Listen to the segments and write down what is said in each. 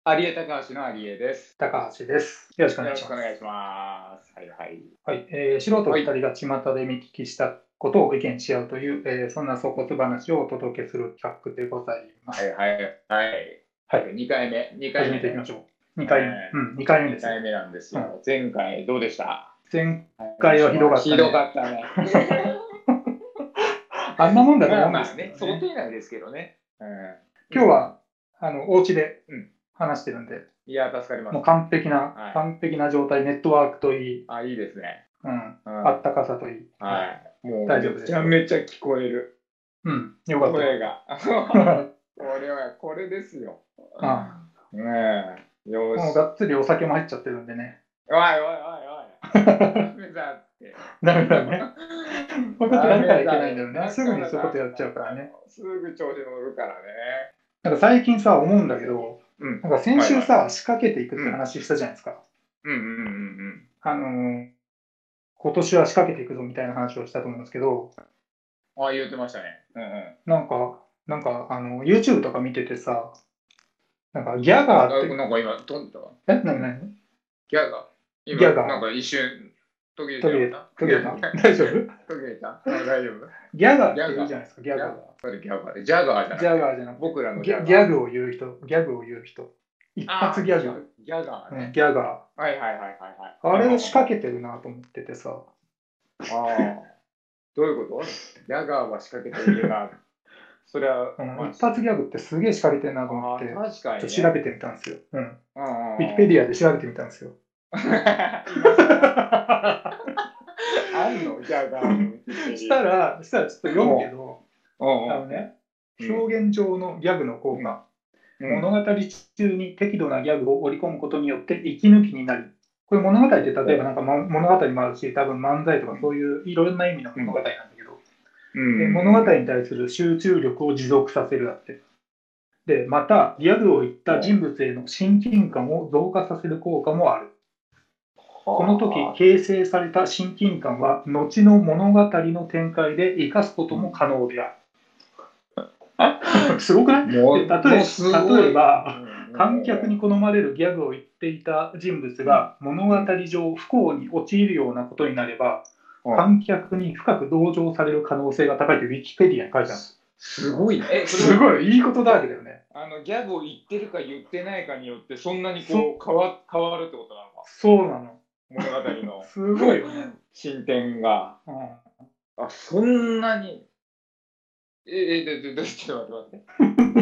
有江高橋の有江です。 高橋です。よろしくお願いします。 よろしくお願いします。はいはい。 はい、素人2人が巷で見聞きしたことを意見し合うという、そんな粗骨話をお届けする企画でございます。 はいはいはい。 はい。 2回目。 始めていきましょう。2回目。2回目ですよ。 2回目なんですよ。前回どうでした？ 前回はひどかったね。 ひどかったね。 あんなもんだと思うんまあですけどね。 想定内ですけどね。 今日はお家で話してるんで、 いや、助かります。 もう完璧な状態、ネットワークといい、 いいですね。 あったかさといい、 もう大丈夫です。 めちゃめちゃ聞こえる。 よかった。 声が。これですよ。よし。 もうがっつりお酒も入っちゃってるんでね。 おい。ダメだって。 ダメだね。こういうことやったらいけないんだよね。すぐにそういうことやっちゃうからね。 すぐ調子乗るからね。 なんか最近さ、思うんだけど、なんか先週さ、仕掛けていくって話したじゃないですか。今年は仕掛けていくぞみたいな話をしたと思うんですけど。 言ってましたね。 なんかYouTube とか見ててさ、なんかギャガーって。 なんか今、飛んだ。 何ギャガーギャガー。 なんか一瞬、途切れた。 大丈夫？ 途切れた。大丈夫。 ギャガーって言うじゃないですか、ギャガー。 それギャガーで。ジャガーじゃなくて。僕らのギャグを言う人。一発ギャグ。 ギャガーね。 ギャガー。 はい。 あれを仕掛けてるなと思っててさ。 どういうこと？ギャガーは仕掛けているな。それは、 一発ギャグってすげえ仕掛けてるなと思って、 確かに、 調べてみたんですよ。ウィキペディアで調べてみたんですよ。 あんのギャガーのしたらちょっと読むけど、表現上のギャグの効果、物語中に適度なギャグを織り込むことによって息抜きになり、これ物語って例えばなんか物語もあるし、多分漫才とかそういういろんな意味の物語なんだけど、物語に対する集中力を持続させるだって。で、また、ギャグを言った人物への親近感を増加させる効果もある。この時、形成された親近感は、後の物語の展開で生かすことも可能である。すごくない？例えば、観客に好まれるギャグを言っていた人物が物語上不幸に陥るようなことになれば、観客に深く同情される可能性が高いとウィキペディアに書いてある。 すごいね。 すごい、いいことだらけだよね。 ギャグを言ってるか言ってないかによって、そんなにこう変わるってことなのか。 そうなの。 物語の。 すごいよね。 進展が。そんなに。ちょっと待って。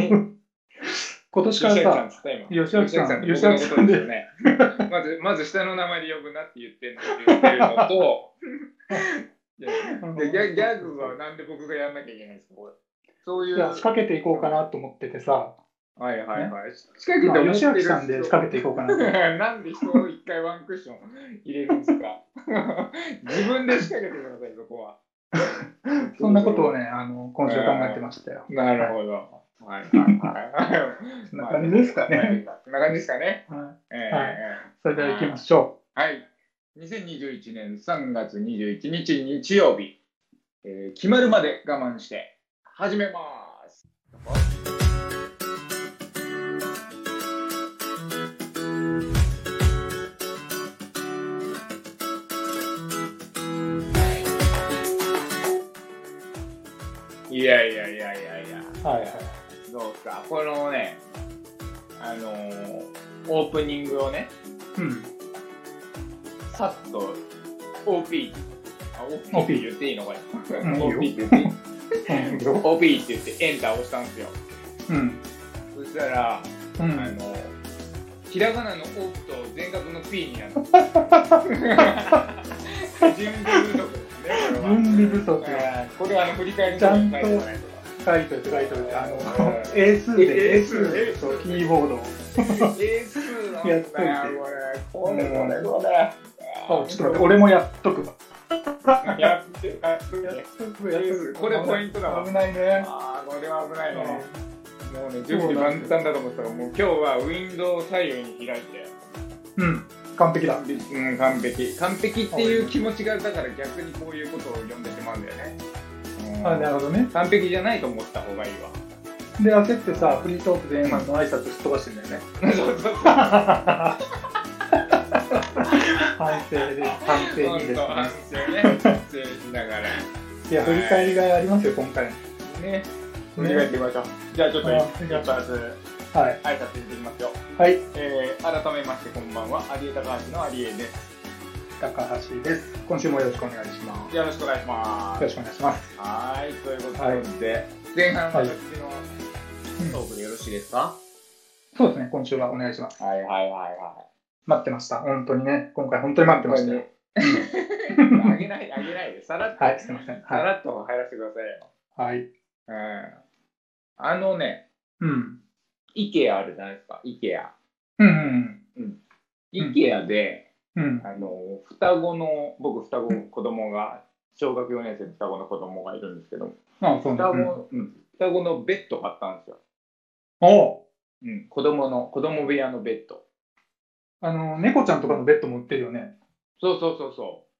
今年からさ、吉脇さんですよね。 まず下の名前で呼ぶなって言ってるのと、ギャグはなんで僕がやんなきゃいけないんですか、これ。そういう。 仕掛けていこうかなと思っててさ。 仕掛けて吉脇さんで仕掛けていこうかなと。 なんで人を一回ワンクッション入れるんですか？自分で仕掛けてください、そこは。 そんなことをね、今週考えてましたよ。 なるほど。そんな感じですかね。 そんな感じですかね。 それでは行きましょう。はい。2021年3月21日日曜日、決まるまで我慢して始めます。いや。どうですか、このね、オープニングをね、さっと OP って言っていいのこれ。OP って言っていい？OP って言ってエンター押したんですよ。そしたら、ひらがなの O と全角の P になる。準備不足ですね。 準備不足。 これは振り返りちゃんと書いといて英数でキーボード英数なんだよこれ。 ちょっと待って、俺もやっとくわ。 やっとく。これポイントだわ。 危ないね。 これは危ないね。もうね、準備万端だと思ったら、もう今日はウィンドウ左右に開いて。 完璧だ。 完璧っていう気持ちがだから逆にこういうことを読んでしまうんだよね。 なるほどね。 完璧じゃないと思った方がいいわ。 で、焦ってさ、フリートークでエマンの挨拶すっ飛ばしてんだよね。 そうそうそう。 反省で、反省いいですね。 反省ね。反省しながら。 いや、振り返りがありますよ、今回。 ね。振り返ってみましょう。じゃあちょっと一発、 はい、 挨拶していきますよ。 はい。 改めましてこんばんは。有江高橋の有江です。 高橋です。今週もよろしくお願いします。 よろしくお願いします。 よろしくお願いします。 はい。ということで、前半私のトークでよろしいですか？ そうですね。今週はお願いします。 はいはいはいはい。 待ってました。本当にね。今回本当に待ってましたよ。 あげないで。さらっと。 はい、すみません。 さらっと入らせてくださいよ。 はい。 IKEA あるじゃないですか。IKEA。IKEA で、双子の、僕双子子供が、小学4年生の双子の子供がいるんですけど、双子のベッド買ったんですよ。子供部屋のベッド。 猫ちゃんとかのベッドも売ってるよね。 そう。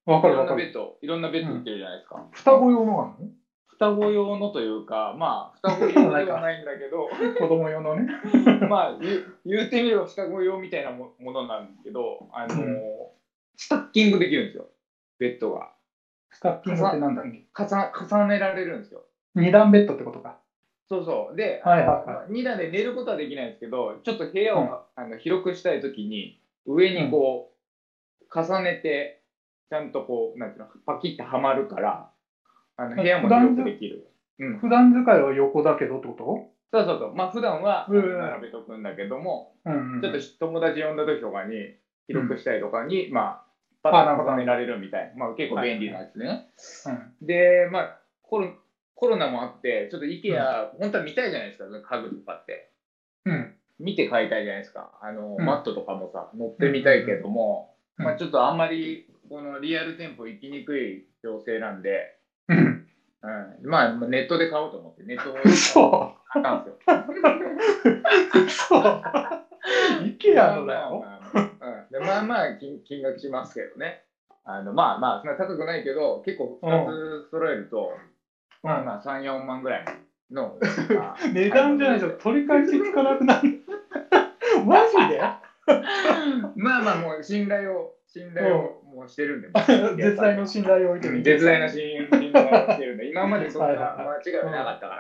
わかる。いろんなベッド売ってるじゃないですか。 双子用のが双子用のというか、まあ、双子用ではないんだけど、 子供用のね。 まあ、言ってみれば双子用みたいなものなんですけど、スタッキングできるんですよ、ベッドが。 スタッキングってなんだっけ？ 重ねられるんですよ。 2段ベッドってことか。 そう。で、2段で寝ることはできないんですけど、ちょっと部屋を、広くしたいときに、上にこう、重ねて、ちゃんとこう、なんていうの、パキッてはまるから、部屋も広くできる。 普段使いは横だけどってこと？ そう。まあ、普段は並べとくんだけども、ちょっと友達呼んだ時とかに、広くしたいとかに、まあ、パッと重ねられるみたいな、まあ、結構便利なやつね。で、まあ、コロナもあって、ちょっと IKEA、本当は見たいじゃないですか、家具とかって。見て買いたいじゃないですか。マットとかもさ、乗ってみたいけども、まあ、ちょっとあんまり、このリアル店舗行きにくい情勢なんで、まあ、ネットで買おうと思って、ネットで買ったんですよ。 そう。IKEA のだよ。 まあまあ金額しますけどね。まあ、そんな高くないけど、結構2つ揃えると、まあ3、4万ぐらいの。 値段じゃないと取り返しつかなくなる。マジで？ まあ、もう信頼をもうしてるんで。 絶大の信頼を置いてる。 絶大な信頼をしてるんで、今までそんな間違いはなかったから、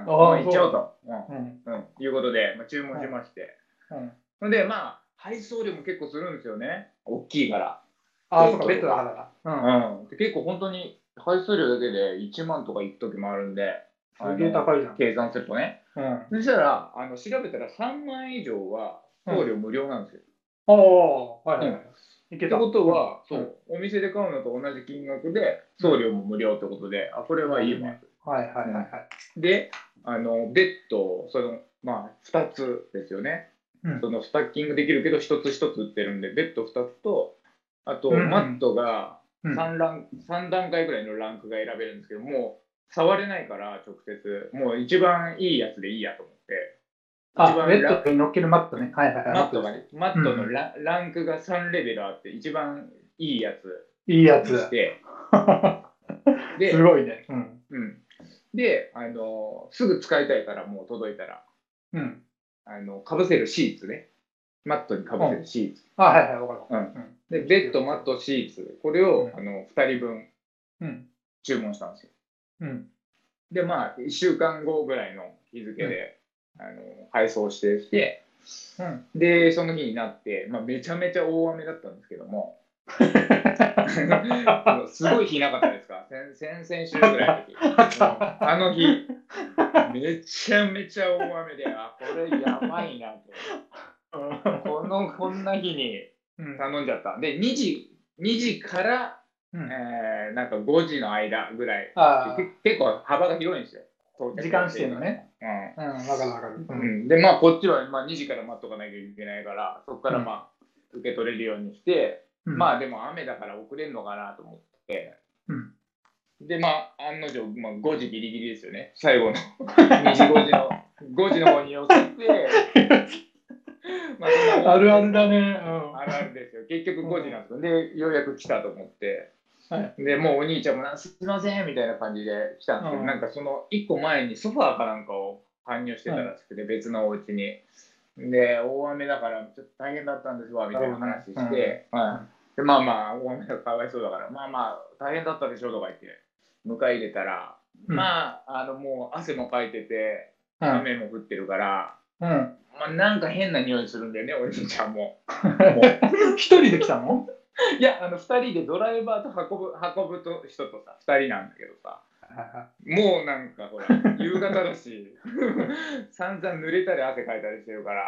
もう一応と、いうことで、注文しまして。で、まあ、配送料も結構するんですよね。大きいから。 そうか、ベッドだから結構本当に配送料だけで1万とかいく時もあるんで、 すげえ高いじゃん。 計算するとね。そしたら、調べたら3万円以上は送料無料なんですよ。ってことは、お店で買うのと同じ金額で送料も無料ってことで、これはいいわ。で、ベッド、まあ、2つですよね。そのスタッキングできるけど、一つ一つ売ってるんで、ベッド2つと、あと、マットが3段階ぐらいのランクが選べるんですけど、もう触れないから、直接、もう一番いいやつでいいやと思って。 ベッドに乗っけるマットね。 マットがね、マットのランクが3レベルあって、一番いいやつして。 すごいね。 で、すぐ使いたいから、もう届いたら。かぶせるシーツね。マットにかぶせるシーツ。 わかる。 で、ベッド、マット、シーツ。これを2人分注文したんですよ。で、まあ、1週間後ぐらいの日付で配送してきて、で、その日になって、まあ、めちゃめちゃ大雨だったんですけども、すごい日なかったですか？先々週ぐらいの時。あの日、めちゃめちゃ大雨で、これやばいなと。こんな日に頼んじゃった。で、2時から、なんか5時の間ぐらい。結構幅が広いんですよ。 時間指定のね。わかる。 で、まあ、こっちは2時から待っとかなきゃいけないから、そこからまあ、受け取れるようにして、まあでも雨だから遅れるのかなと思って、でまあ案の定、5時ギリギリですよね、最後の2時5時の方に寄せてあるあるだね。 あるあるですよ。結局5時なんですよ。でようやく来たと思って、でもうお兄ちゃんもすいませんみたいな感じで来たんですけど、なんかその1個前にソファーかなんかを搬入してたらしくて、別のお家に。で、大雨だからちょっと大変だったんですわ、みたいな話して、で、まあまあ、大雨がかわいそうだから、まあまあ、大変だったでしょとか言って、迎え入れたら、まあ、もう汗もかいてて、雨も降ってるから、まあ、なんか変な匂いするんだよね、お兄ちゃんも。 一人で来たの？ いや、2人でドライバーと運ぶ人とさ、2人なんだけどさ、もうなんかほら、夕方だし、散々濡れたり汗かいたりしてるから。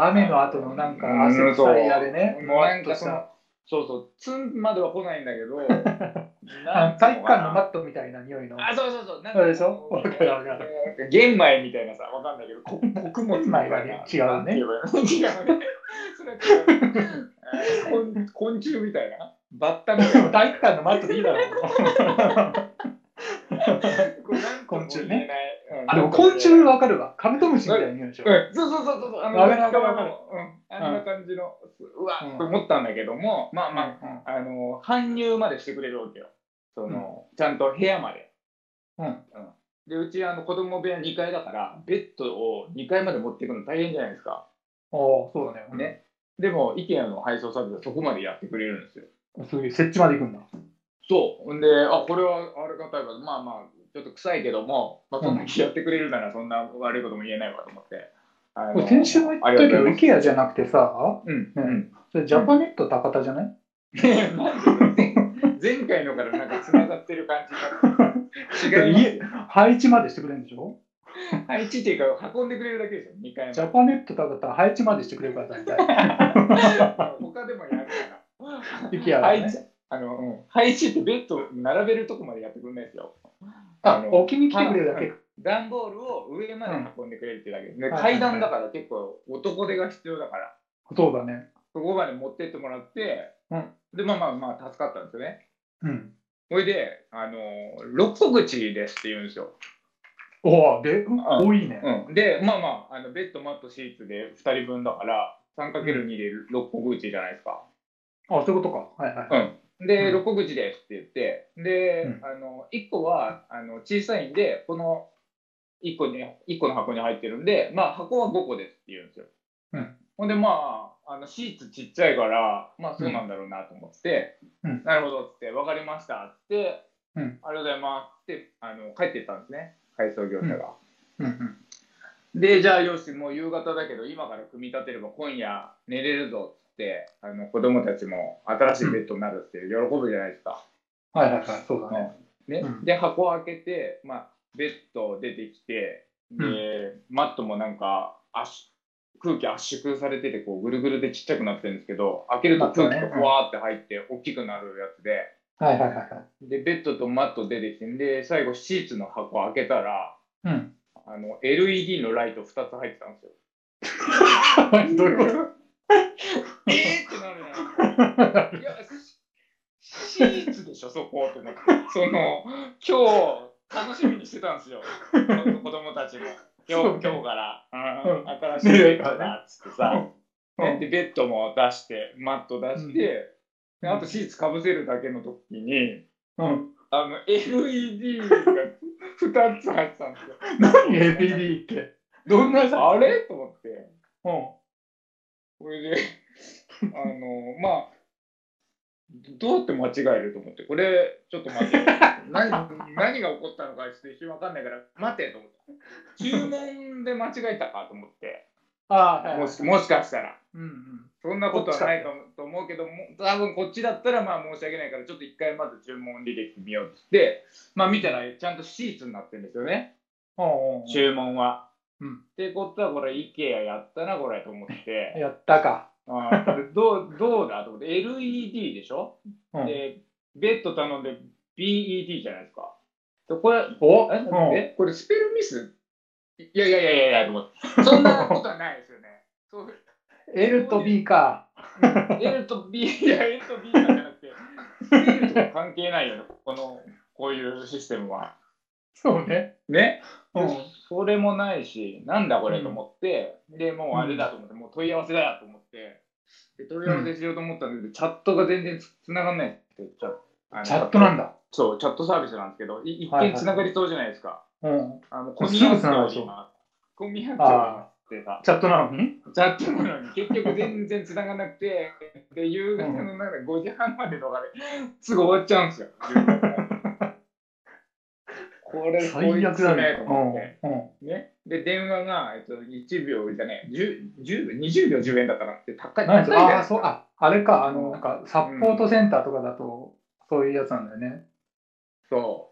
雨の後のなんか汗臭いあれね。 もうなんかそうそう、ツンまでは来ないんだけど、 体育館のマットみたいな匂いの。 そうそうそう。 あれでしょ？わかるわかる。 玄米みたいなさ、わかんないけど、穀物みたいな。 違うね。 違うね。それは昆虫みたいな。バッタみたいな。 体育館のマットでいいだろう。昆虫ね。でも昆虫わかるわ。カブトムシみたいな匂いでしょ。 そう。あんな感じの、うわっと思ったんだけども、まあまあ、搬入までしてくれるわけよ。ちゃんと部屋まで。で、うち子供部屋2階だから、ベッドを2階まで持っていくの大変じゃないですか。 そうだね。でも、IKEA の配送サービスはそこまでやってくれるんですよ。 そういう設置まで行くんだ。 そう。で、これはあれがたいわ。まあまあ、ちょっと臭いけども、そんなにやってくれるならそんな悪いことも言えないわと思って。 先週も言ったけど、IKEA じゃなくてさ、それジャパネット高田じゃない？ 前回のからなんか繋がってる感じが違う。配置までしてくれるんでしょ？ 配置っていうか、運んでくれるだけですよ、2回目。 ジャパネット高田配置までしてくれるから大体。 他でもやるから。 IKEA 配置ってベッド並べるとこまでやってくれないですよ。 置きに来てくれるだけ。 段ボールを上まで運んでくれるってだけで、階段だから結構男手が必要だから。 そうだね。 そこまで持ってってもらって、で、まあ助かったんですよね。それで、6個口ですって言うんですよ。 多いね。 で、まあ、ベッド、マット、シーツで2人分だから、3×2 で6個口じゃないですか。 そういうことか。 で、6個口ですって言って、で、1個は小さいんで、この1個の箱に入ってるんで、まあ、箱は5個ですって言うんですよ。ほんで、まあ、シーツちっちゃいから、まあ、そうなんだろうなと思って、なるほどって、分かりましたって、ありがとうございますって、帰っていったんですね、配送業者が。で、じゃあ、よし、もう夕方だけど、今から組み立てれば今夜寝れるぞって、子供たちも新しいベッドになるって喜ぶじゃないですか。 そうだね。 で、箱を開けて、まあ、ベッド出てきて、で、マットもなんか、空気圧縮されてて、こう、ぐるぐるでちっちゃくなってるんですけど、開けると空気がふわーって入って、大きくなるやつで、で、ベッドとマット出てきて、で、最後、シーツの箱を開けたら、LED のライト2つ入ってたんですよ。 どういうこと？ ってなるね。いや、シーツでしょ、そこって思って。今日、楽しみにしてたんですよ。子供たちも。今日から、新しいベッドだっつってさ。で、ベッドも出して、マット出して、あとシーツかぶせるだけの時に、LED が2つ入ってたんですよ。 何 LED って？ どんなあれと思って。これで、まあ、どうやって間違えると思って、これ、ちょっと待って、何が起こったのかちょっと一瞬わかんないから、待てと思って。注文で間違えたかと思って。もしかしたら。そんなことはないと思うけども、多分こっちだったらまあ申し訳ないから、ちょっと一回まず注文履歴見ようって言って、まあ見たらちゃんとシーツになってるんですよね。注文は。ってことはこれ IKEA やったなこれと思って。 やったか。 どうだと思って LED でしょ、でベッド頼んで BED じゃないですか。これこれスペルミス？いやと思って。そんなことはないですよね。 L と B か。 L と B、いや、L と B なんじゃなくて、L とか関係ないよね、こういうシステムは。 そうね。 それもないし、なんだこれと思って、で、もうあれだと思って、もう問い合わせだよと思って、で問い合わせしようと思ったんだけど、チャットが全然つながんないって。 チャットなんだ。 そう、チャットサービスなんですけど、一見つながりそうじゃないですか。 コミュニケーションなんでしょ。 コンビニ発注ってさ、 チャットなのに結局全然繋がなくて、で、夕方のなんか5時半までとかですぐ終わっちゃうんですよ。これ、 最悪だね。 と思ってね。で、電話が、1秒じゃね、20秒10円だったなって、高いじゃないですか。 あれか、なんか、サポートセンターとかだと、そういうやつなんだよね。 そう。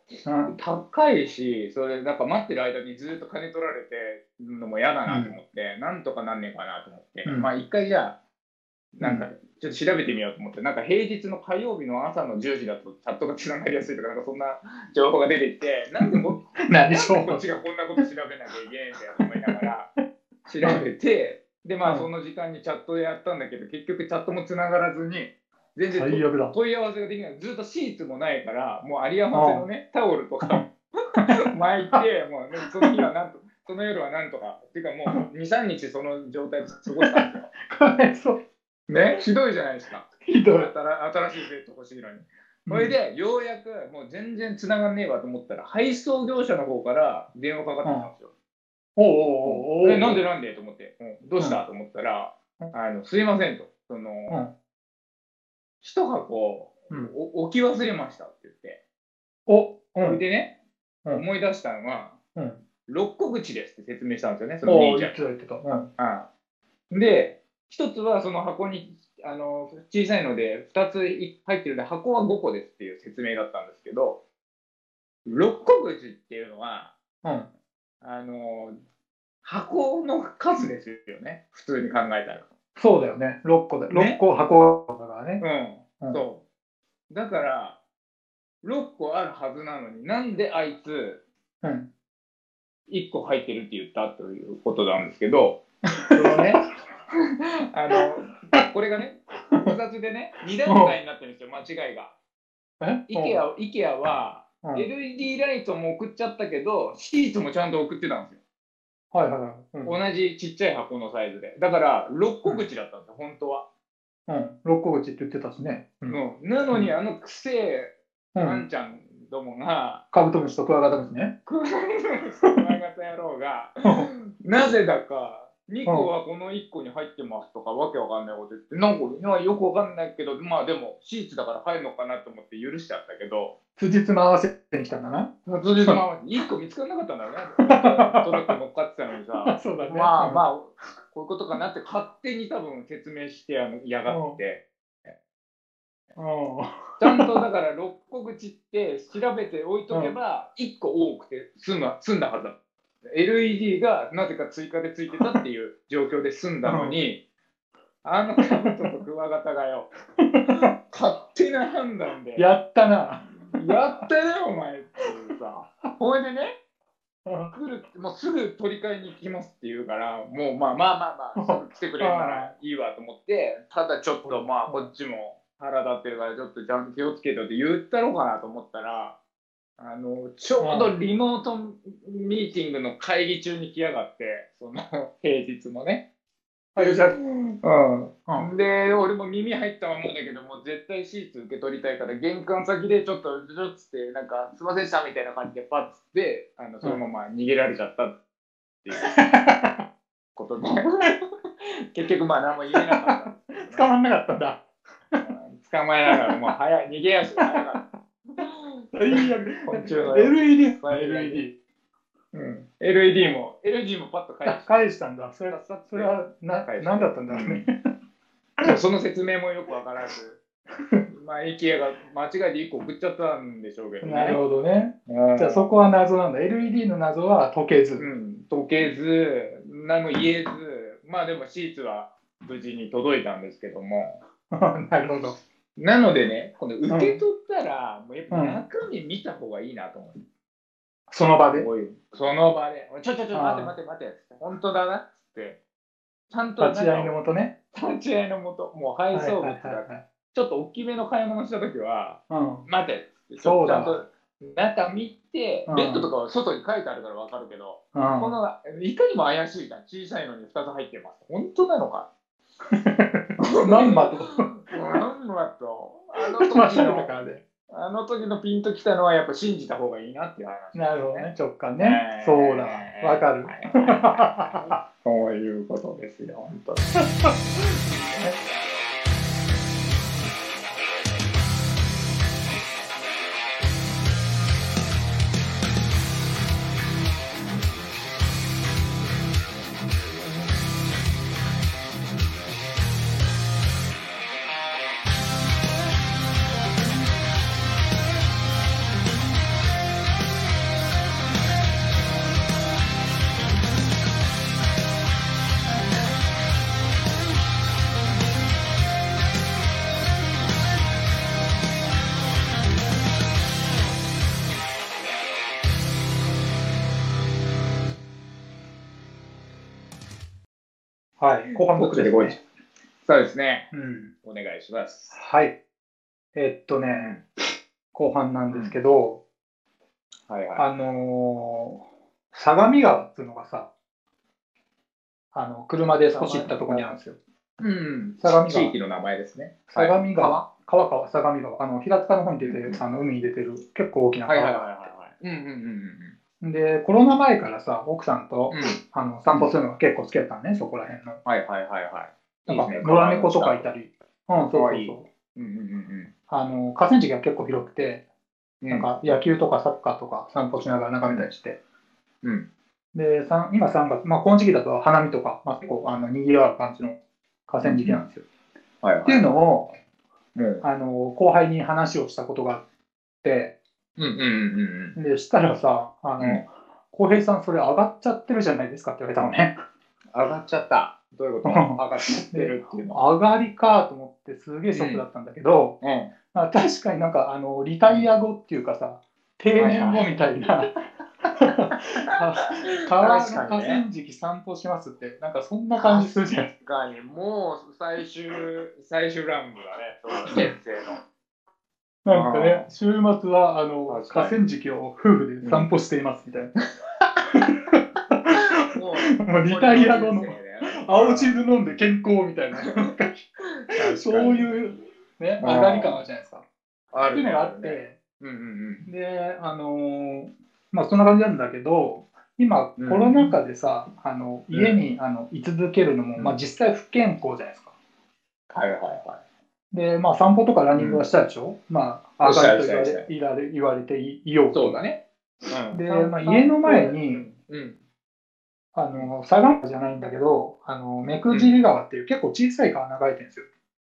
高いし、それ、なんか待ってる間にずっと金取られてるのも嫌だなと思って、なんとかなんねえかなと思って、まあ一回じゃあ、なんか、ちょっと調べてみようと思って、なんか平日の火曜日の朝の10時だとチャットがつながりやすいとか、なんかそんな情報が出てきて、なんでこっちがこんなこと調べなきゃいけないんだよと思いながら、調べて、で、まあその時間にチャットでやったんだけど、結局チャットもつながらずに、全然問い合わせができない。ずっとシーツもないから、もう有り余せのね、タオルとか巻いて、もう、ね、その日はなんと、その夜はなんとか、っていうかもう2、3日その状態で過ごしたんですよ。ね、ひどいじゃないですか。ひどい。新しいベッド欲しいのに。それで、ようやく、もう全然繋がんねえわと思ったら、配送業者の方から電話かかってきたんですよ。なんでと思って、どうしたと思ったら、すいませんと。一箱、置き忘れましたって言って。それでね、思い出したのは、6個口ですって説明したんですよね、その兄ちゃん。で、一つはその箱に小さいので2つ入ってるので箱は5個ですっていう説明だったんですけど、6個口っていうのは、箱の数ですよね、普通に考えたら。 そうだよね、6個で、6個箱だからね。 そう。だから、6個あるはずなのになんであいつ、1個入ってるって言ったということなんですけど、そのね、これがね、複雑でね、2段階になってるんですよ、間違いが。IKEA は、LED ライトも送っちゃったけど、シーツもちゃんと送ってたんですよ。同じちっちゃい箱のサイズで。だから、6個口だったんですよ、本当は。 6個口って言ってたしね。 なのに、くせえ、ワンちゃんどもが、 カブトムシとクワガタムシね。 クワガタ野郎が、なぜだか、2個はこの1個に入ってますとか、わけわかんないこと言って、なんかよくわかんないけど、まあでも、シーツだから入るのかなと思って許しちゃったけど、 辻褄合わせに来たんだな。 辻褄合わせ。1個見つからなかったんだよね。トラック乗っかってたのにさ。 そうだね。 まあ、こういうことかなって勝手に多分説明して嫌がって。ちゃんとだから6個口って調べておいとけば1個多くて済んだはずだ。LED がなぜか追加でついてたっていう状況で済んだのに、カブトとクワガタがよ、勝手な判断で。 やったな。 やったよ、お前っていうさ。ほいでね、もうすぐ取り替えに行きますって言うから、もうまあ、すぐ来てくれるならいいわと思って、ただちょっとこっちも腹立ってるからちょっとちゃんと気をつけてって言ったろうかなと思ったら、ちょうどリモートミーティングの会議中に来やがって、その平日のね。で、俺も耳入ったままだけど、もう絶対シーツ受け取りたいから、玄関先でちょっと、つって、なんか、すいませんでしたみたいな感じで、パッつって、そのまま逃げられちゃったっていうことで、結局、何も言えなかった。 捕まんなかったんだ。 捕まえながら、もう逃げ足が早かった。 最悪。LED もパッと返したんだ。それは何だったんだろうね。 その説明もよくわからず、IKEA が間違いで1個送っちゃったんでしょうけどね。 なるほどね。じゃあそこは謎なんだ。LED の謎は解けず。 何も言えず、でもシーツは無事に届いたんですけども。 なるほど。 なのでね、この受け取ったら、もうやっぱ中身見た方がいいなと思って。 その場で。 その場で。待て。本当だなっつって。ちゃんと。 立ち会いのもとね。 立ち会いのもと。もう配送物が、ちょっと大きめの買い物したときは、待てっつって。ちゃんと中見て、ベッドとかは外に書いてあるからわかるけど、この、いかにも怪しいじゃん。小さいのに2つ入ってます。本当なのかまんまと。 あの時のあの時のピンときたのはやっぱ信じた方がいいなっていう話、 ね。なるほどね、直感ね。そうだ、わかる。 そういうことですよ、本当に。 はい、後半僕ですね。 そうですね。お願いします。 はい。後半なんですけど、相模川っていうのがさ、車で少し行ったところにあるんですよ。 相模川。地域の名前ですね。 相模川、相模川。平塚の方に出てる、海に出てる、結構大きな川があって。で、コロナ前からさ、奥さんと、散歩するのが結構好きだったのね、そこら辺の。なんか、野良猫とかいたり。そう。河川敷が結構広くて、なんか野球とかサッカーとか散歩しながら眺めたりして。で、今3月、この時期だと花見とか、結構賑わう感じの河川敷なんですよ。っていうのを、後輩に話をしたことがあって、で、したらさ、浩平さん、それ上がっちゃってるじゃないですかって言われたのね。 上がっちゃった。どういうこと上がっちゃってるっていうの上がりかと思って、すげえショックだったんだけど、確かになんか、リタイア後っていうかさ、定年後みたいな、川の河川敷散歩しますって、なんかそんな感じするじゃん。 確かに、もう最終ラウンドだね、人生の。 なんかね、週末は河川敷を夫婦で散歩していますみたいな。もうリタイア後の青汁飲んで健康みたいな、そういうね、上がり感じゃないですか。っていうのがあって、で、そんな感じなんだけど、今、コロナ禍でさ、家に居続けるのも、実際不健康じゃないですか。で、散歩とかランニングはしたでしょ。上がりと言われていようと。 そうだね。 で、家の前に、相模川じゃないんだけど、目久尻川っていう結構小さい川流れてるんですよ。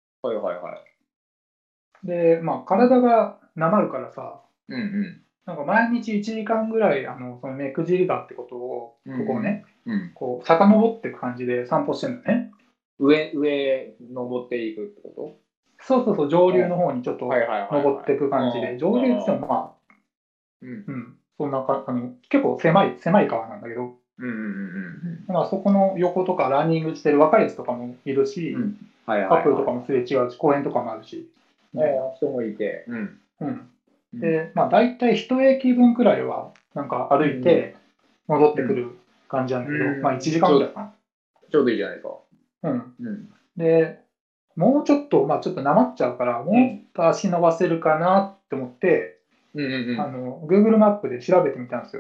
で、体がなまるからさ、なんか毎日1時間ぐらい、その目久尻川ってことを、ここをね、こう、遡っていく感じで散歩してるのね。 上登っていくってこと？ そう、上流の方にちょっと登っていく感じで、上流って言ってもそんな結構狭い川なんだけど、そこの横とかランニングしてる若いやつとかもいるし、カップルとかもすれ違うし、公園とかもあるし。 人もいて。 で、大体一駅分くらいは、なんか歩いて戻ってくる感じなんだけど、1時間ぐらいかな。 ちょうどいいじゃないですか。 で、もうちょっと、ちょっとなまっちゃうから、もうちょっと足伸ばせるかなって思って、Google マップで調べてみたんですよ。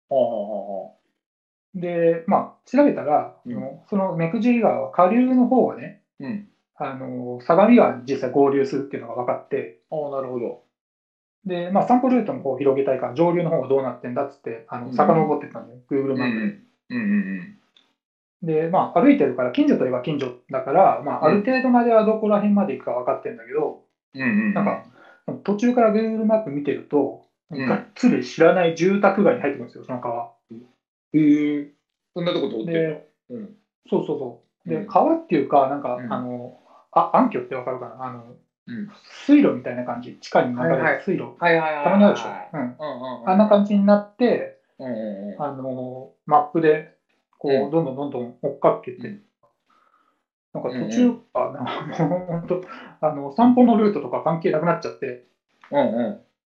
で、調べたら、その目久尻川は下流の方はね、相模川に実際合流するっていうのが分かって、 なるほど。 で、散歩ルートの方を広げたいから、上流の方はどうなってんだっつって、遡ってったんだよ、Google マップで。で、歩いてるから、近所といえば近所だから、ある程度まではどこら辺まで行くか分かってんだけど、なんか、途中から Google マップ見てると、がっつり知らない住宅街に入ってくるんですよ、その川。 そんなとこ通ってるの？そう。で、川っていうか、なんか、暗渠ってわかるかな？水路みたいな感じ、地下に流れる水路。たまにあるでしょ。あんな感じになって、マップで、こう、どんどん追っかけて、なんか途中散歩のルートとか関係なくなっちゃって、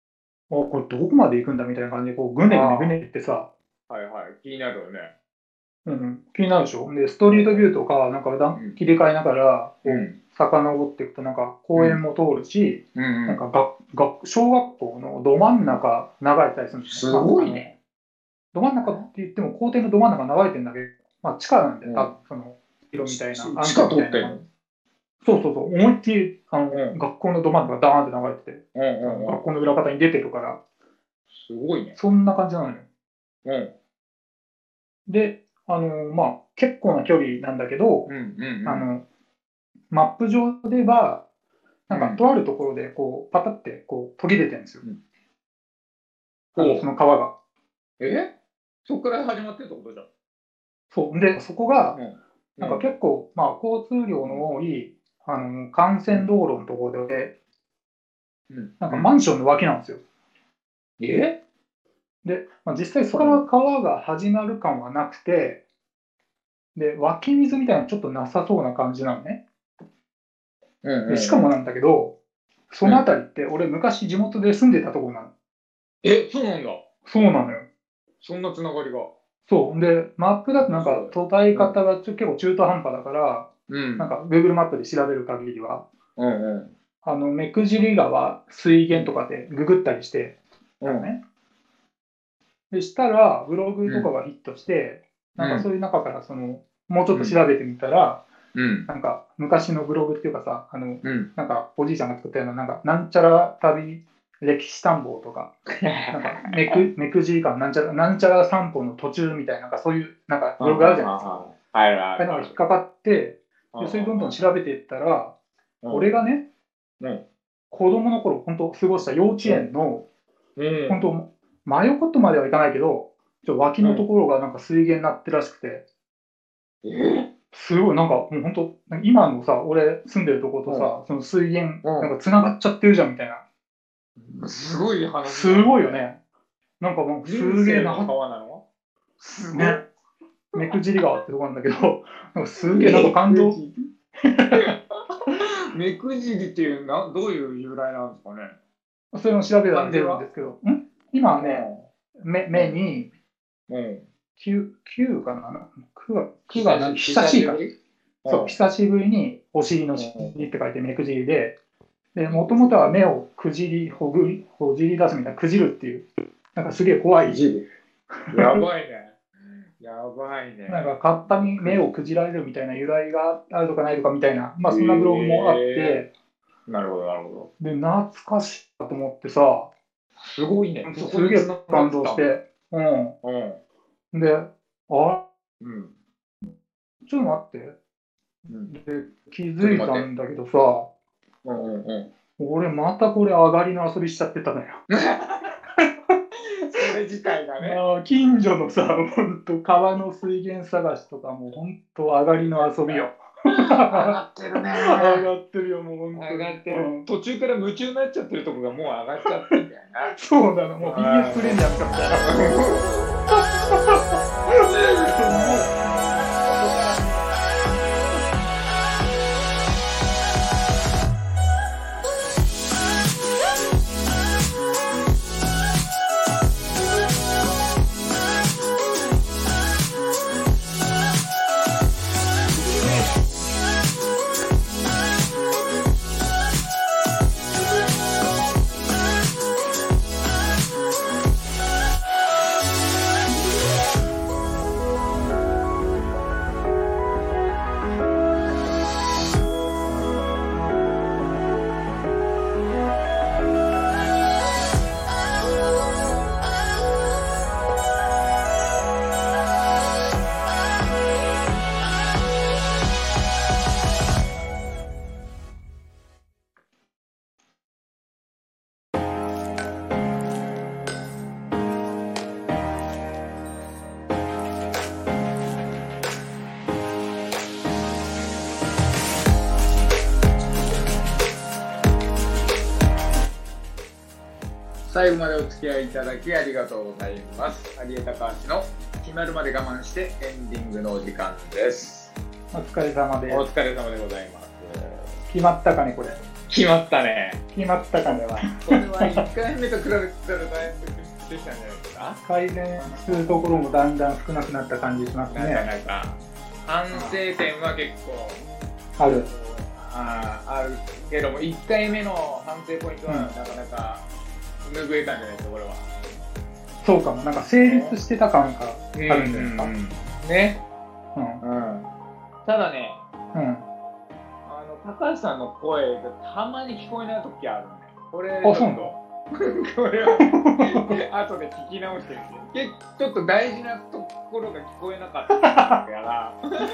これどこまで行くんだみたいな感じで、こう、ぐねぐねってさ、 気になるよね。 気になるでしょ。で、ストリートビューとか、なんか切り替えながら、遡っていくと、なんか公園も通るし、なんか小学校のど真ん中流れたりするんですよ。すごいね。 ど真ん中って言っても、校庭のど真ん中流れてるんだけど、まあ地下なんで、その、色みたいな。 地下通ってるの？ そう。思いっきり、学校のど真ん中がダーンって流れてて、学校の裏方に出てるから。 すごいね。 そんな感じなのよ。で、まあ、結構な距離なんだけど、マップ上では、なんか、とあるところで、こう、パタって、こう、途切れてるんですよ。その川が。 そこから始まってるってことじゃん。 そう。で、そこが、なんか結構、まあ、交通量の多い、幹線道路のところで、なんかマンションの脇なんですよ。で、まあ、実際そこから川が始まる感はなくて、で、湧き水みたいなのちょっとなさそうな感じなのね。でしかもなんだけど、その辺りって俺昔地元で住んでたところなの。 そうなんだ。 そうなのよ。 そんなつながりが。 そう。で、マップだとなんか捉え方が結構中途半端だから、なんか Google マップで調べる限りは、目久尻川水源とかでググったりして、でしたら、ブログとかがヒットして、なんかそういう中からもうちょっと調べてみたら、なんか昔のブログっていうかさ、なんかおじいちゃんが作ったような、なんちゃら旅歴史探訪とか、なんか目久尻川なんちゃら散歩の途中みたいな、なんかそういうなんかブログあるじゃないですか。あれなんか引っかかって、でそれどんどん調べていったら、俺がね、子供の頃、本当過ごした幼稚園の、本当真横とまではいかないけど、脇のところがなんか水源になってるらしくて、すごいなんかもう本当、今のさ、俺住んでるとことさ、その水源、なんか繋がっちゃってるじゃんみたいな。 すごい話。 すごいよね。なんかもうすげえな。 川なの？ ね。目久尻川ってとこなんだけど、なんかすげえなんか感動。 目久尻っていうどういう由来なんですかね。 それも調べたら出るんですけど、今はね、目に、9かな ?9 が久しいから。そう、久しぶりにお尻の尻って書いて目くじりで、もともとは目をくじり、ほじり出すみたいな、くじるっていう、なんかすげえ怖い。 やばいね。やばいね。 なんかカッパに目をくじられるみたいな由来があるとかないとかみたいな、まあそんなブログもあって、 なるほど、なるほど。 で、懐かしいと思ってさ、 すごいね。 すげえ感動して、で、ちょっと待って。で、気づいたんだけどさ、俺またこれ上がりの遊びしちゃってたのよ。 それ自体がね。 近所のさ、ほんと川の水源探しとかもほんと上がりの遊びよ。 上がってるね。 上がってるよ、もうほんとに。 上がってる。途中から夢中になっちゃってるとこがもう上がっちゃってんだよな。 そうなの、もう BS プレミアムかみたいな。 最後までお付き合いいただきありがとうございます。有江高橋の決まるまで我慢してエンディングのお時間です。 お疲れ様です。 お疲れ様でございます。 決まったかね、これ。 決まったね。 決まったかねは。 これは1回目と比べてたらだいぶでしたんじゃないですか。 か？ 改善するところもだんだん少なくなった感じしますね。 なんか反省点は結構あるけども、1回目の反省ポイントはなかなか拭えたんじゃないですか、これは。 そうかも、なんか成立してた感があるんじゃないですか。 ね。ただね、高橋さんの声がたまに聞こえない時あるね。これこれは後で聞き直してみて。ちょっと大事なところが聞こえなかったから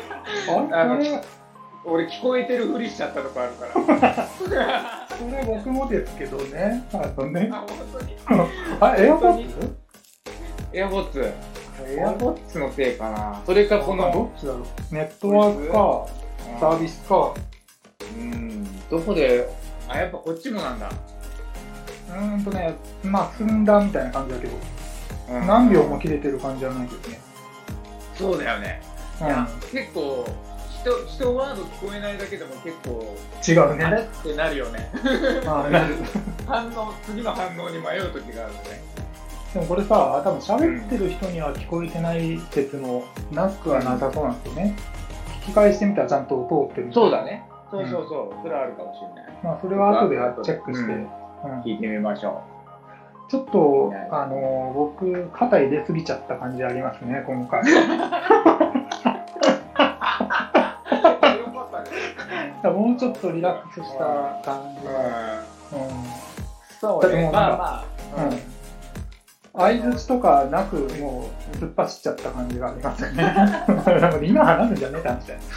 俺聞こえてるふりしちゃったとこあるからそれ僕もですけどね。 本当にエアポッツエアポッツのせいかな。それかこのどっちだろう、ネットワークかサービスか。 どこでやっぱこっちもなんだ。 まあ積んだみたいな感じだけど、何秒も切れてる感じじゃないけどね。 そうだよね。いや結構一ワード聞こえないだけでも結構違うね。 あれってなるよね。 なる。 次の反応に迷う時があるね。 でもこれさ、多分喋ってる人には聞こえてない説もなくはなさそうなんですよね。聞き返してみたらちゃんと通ってる。 そうだね。そう。それはあるかもしれない。 まあそれは後でチェックして聞いてみましょう。ちょっと僕肩入れすぎちゃった感じありますね、今回。もうちょっとリラックスした感じ。 そうね。 相づちとかなくもう突っ走っちゃった感じがありますよね。今話すんじゃねえって話だよ。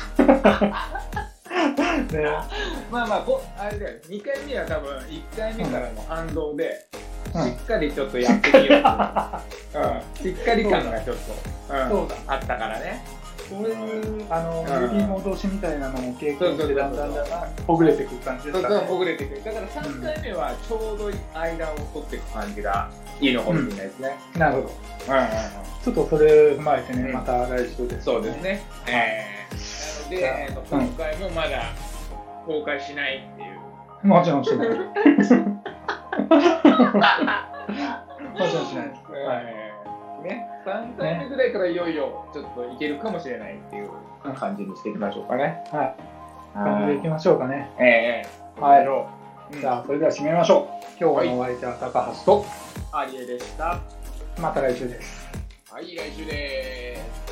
あれだよ、2回目は多分1回目からの反動で、しっかりちょっとやってみようしっかり感がちょっとあったからね。 そういう呼び戻しみたいなのも経験してだんだんほぐれてくる感じですかね。 ほぐれてくる。だから3回目はちょうど間を取っていく感じがいいのかもしれないですね。 なるほど。ちょっとそれ踏まえてね、また来週です。 そうですね。なので今回もまだ公開しないっていう。 もちろんしない。もちろんしないです。 ね、3回目ぐらいからいよいよちょっといけるかもしれないっていう感じにしていきましょうかね。 感じでいきましょうかね。じゃあそれでは締めましょう。今日のお相手は高橋と有江でした。 また来週です。 はい、来週です。